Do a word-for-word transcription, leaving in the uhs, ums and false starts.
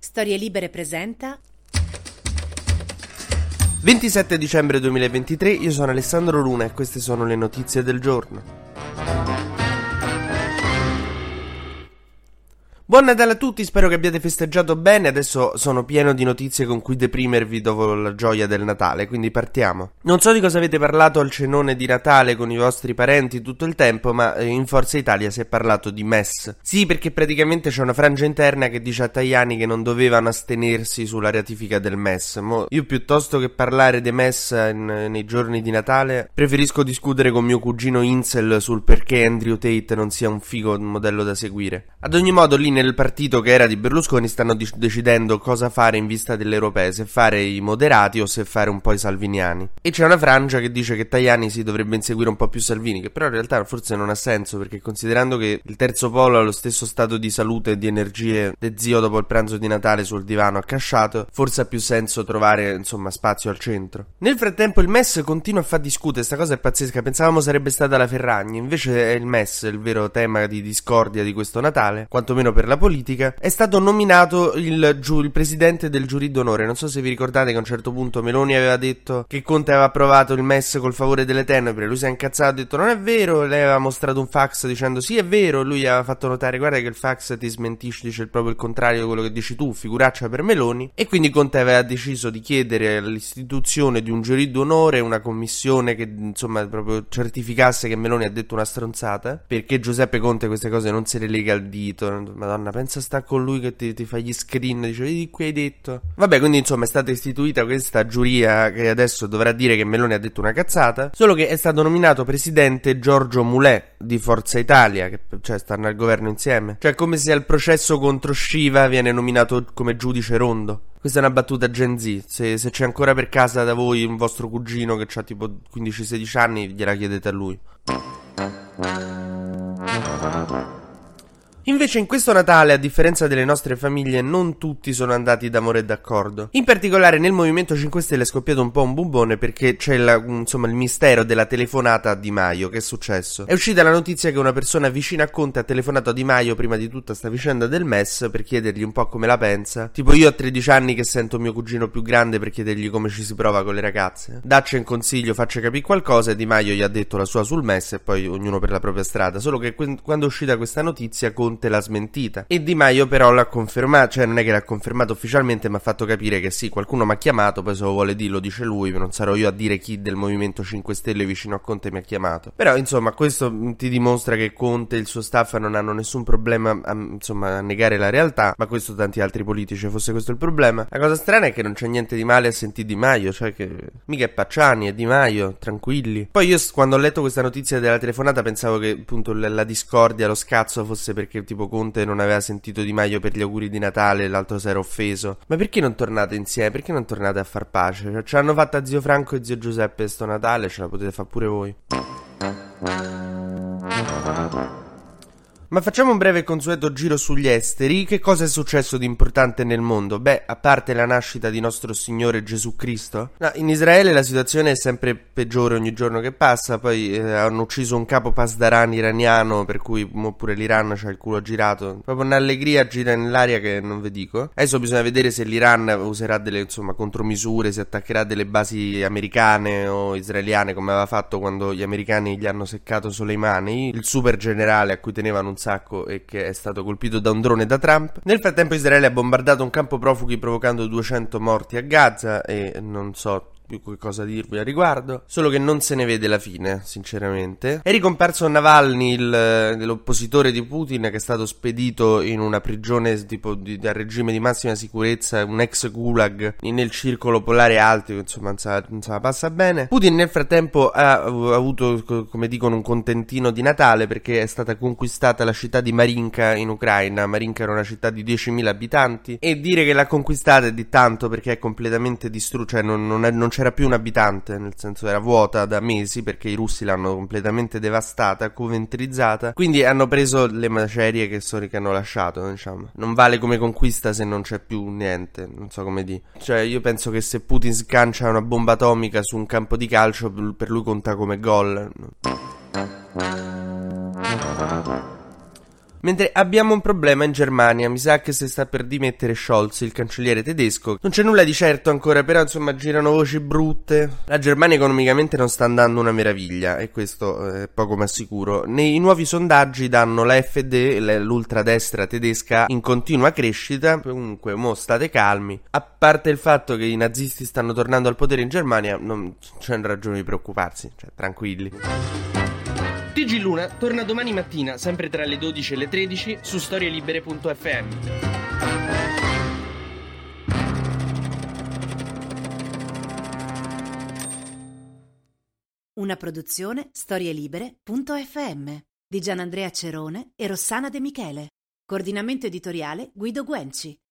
Storie Libere presenta ventisette dicembre duemilaventitré, io sono Alessandro Luna e queste sono le notizie del giorno. Buon Natale a tutti, spero che abbiate festeggiato bene. Adesso sono pieno di notizie con cui deprimervi dopo la gioia del Natale, quindi partiamo. Non so di cosa avete parlato al cenone di Natale con i vostri parenti tutto il tempo, ma in Forza Italia si è parlato di M E S. Sì, perché praticamente c'è una frangia interna che dice a Tajani che non dovevano astenersi sulla ratifica del M E S. Mo io piuttosto che parlare di M E S in, nei giorni di Natale, preferisco discutere con mio cugino Insel sul perché Andrew Tate non sia un figo modello da seguire. Ad ogni modo, lì nel partito che era di Berlusconi stanno di- decidendo cosa fare in vista delle europee, se fare i moderati o se fare un po' i salviniani. E c'è una frangia che dice che Tajani si dovrebbe inseguire un po' più Salvini, che però in realtà forse non ha senso, perché considerando che il terzo polo ha lo stesso stato di salute e di energie de zio dopo il pranzo di Natale sul divano accasciato, forse ha più senso trovare insomma spazio al centro. Nel frattempo il M E S continua a far discutere, sta cosa è pazzesca, pensavamo sarebbe stata la Ferragni, invece è il M E S il vero tema di discordia di questo Natale, quantomeno per la politica. È stato nominato il, giu- il presidente del giurì d'onore. Non so se vi ricordate che a un certo punto Meloni aveva detto che Conte aveva approvato il M E S col favore delle tenebre, lui si è incazzato, ha detto non è vero, lei aveva mostrato un fax dicendo sì è vero, lui aveva fatto notare guarda che il fax ti smentisce, dice proprio il contrario di quello che dici tu, figuraccia per Meloni. E quindi Conte aveva deciso di chiedere all'istituzione di un giurì d'onore, una commissione che insomma proprio certificasse che Meloni ha detto una stronzata, perché Giuseppe Conte queste cose non se le lega al dito. Madonna, pensa sta con lui che ti, ti fa gli screen, dice vedi qui hai detto. Vabbè, quindi insomma è stata istituita questa giuria che adesso dovrà dire che Meloni ha detto una cazzata, solo che è stato nominato presidente Giorgio Mulè di Forza Italia, che cioè stanno al governo insieme, cioè come se al processo contro Sciva viene nominato come giudice rondo. Questa è una battuta Gen Z, se, se c'è ancora per casa da voi un vostro cugino che ha tipo quindici sedici anni, gliela chiedete a lui. Invece in questo Natale, a differenza delle nostre famiglie, non tutti sono andati d'amore e d'accordo. In particolare nel Movimento cinque Stelle è scoppiato un po' un bubbone perché c'è la, insomma il mistero della telefonata a Di Maio. Che è successo? È uscita la notizia che una persona vicina a Conte ha telefonato a Di Maio prima di tutta sta vicenda del M E S per chiedergli un po' come la pensa. Tipo io a tredici anni che sento mio cugino più grande per chiedergli come ci si prova con le ragazze. Dacci un consiglio, faccia capire qualcosa e Di Maio gli ha detto la sua sul M E S e poi ognuno per la propria strada. Solo che que- quando è uscita questa notizia Conte l'ha smentita e Di Maio però l'ha confermato, cioè non è che l'ha confermato ufficialmente ma ha fatto capire che sì, qualcuno mi ha chiamato, poi se lo vuole dire lo dice lui, non sarò io a dire chi del Movimento cinque Stelle vicino a Conte mi ha chiamato. Però insomma questo ti dimostra che Conte e il suo staff non hanno nessun problema a, insomma, a negare la realtà, ma questo tanti altri politici, fosse questo il problema. La cosa strana è che non c'è niente di male a sentire Di Maio, cioè che mica è Pacciani, è Di Maio, tranquilli. Poi io quando ho letto questa notizia della telefonata pensavo che appunto la, la discordia, lo scazzo fosse perché tipo Conte non aveva sentito Di Maio per gli auguri di Natale e l'altro si era offeso. Ma perché non tornate insieme? Perché non tornate a far pace? Cioè, ce l'hanno fatta zio Franco e zio Giuseppe sto Natale, ce la potete fare pure voi. Ma facciamo un breve e consueto giro sugli esteri. Che cosa è successo di importante nel mondo? Beh, a parte la nascita di nostro Signore Gesù Cristo, no, in Israele la situazione è sempre peggiore ogni giorno che passa. Poi eh, hanno ucciso un capo pasdaran iraniano, per cui pure l'Iran c'ha il culo girato. Proprio un'allegria gira nell'aria che non vi dico. Adesso bisogna vedere se l'Iran userà delle insomma contromisure, se attaccherà delle basi americane o israeliane come aveva fatto quando gli americani gli hanno seccato Soleimani, il super generale a cui tenevano un sacco e che è stato colpito da un drone da Trump. Nel frattempo Israele ha bombardato un campo profughi provocando duecento morti a Gaza e non so più che cosa dirvi a riguardo, solo che non se ne vede la fine, sinceramente. È ricomparso Navalny, il, l'oppositore di Putin, che è stato spedito in una prigione tipo di, di, a regime di massima sicurezza, un ex gulag nel circolo polare artico, insomma non se, la, non se la passa bene. Putin nel frattempo ha, ha avuto, come dicono, un contentino di Natale perché è stata conquistata la città di Marinka in Ucraina. Marinka era una città di diecimila abitanti e dire che l'ha conquistata è di tanto perché è completamente distrutta, cioè non, non, è, non c'è c'era più un abitante, nel senso era vuota da mesi perché i russi l'hanno completamente devastata, coventrizzata, quindi hanno preso le macerie che, so, che hanno lasciato, diciamo. Non vale come conquista se non c'è più niente, non so come dire. Cioè io penso che se Putin sgancia una bomba atomica su un campo di calcio per lui conta come gol. Mentre abbiamo un problema in Germania, mi sa che si sta per dimettere Scholz, il cancelliere tedesco. Non c'è nulla di certo ancora, però insomma girano voci brutte. La Germania economicamente non sta andando una meraviglia, e questo è poco ma sicuro. Nei nuovi sondaggi danno la F D, l'ultradestra tedesca, in continua crescita. Comunque, mo state calmi. A parte il fatto che i nazisti stanno tornando al potere in Germania, non c'è ragione di preoccuparsi, cioè tranquilli. T G Luna torna domani mattina, sempre tra le dodici e le tredici, su storielibere punto effe emme. Una produzione storielibere punto effe emme di Gianandrea Cerone e Rossana De Michele. Coordinamento editoriale Guido Guenci.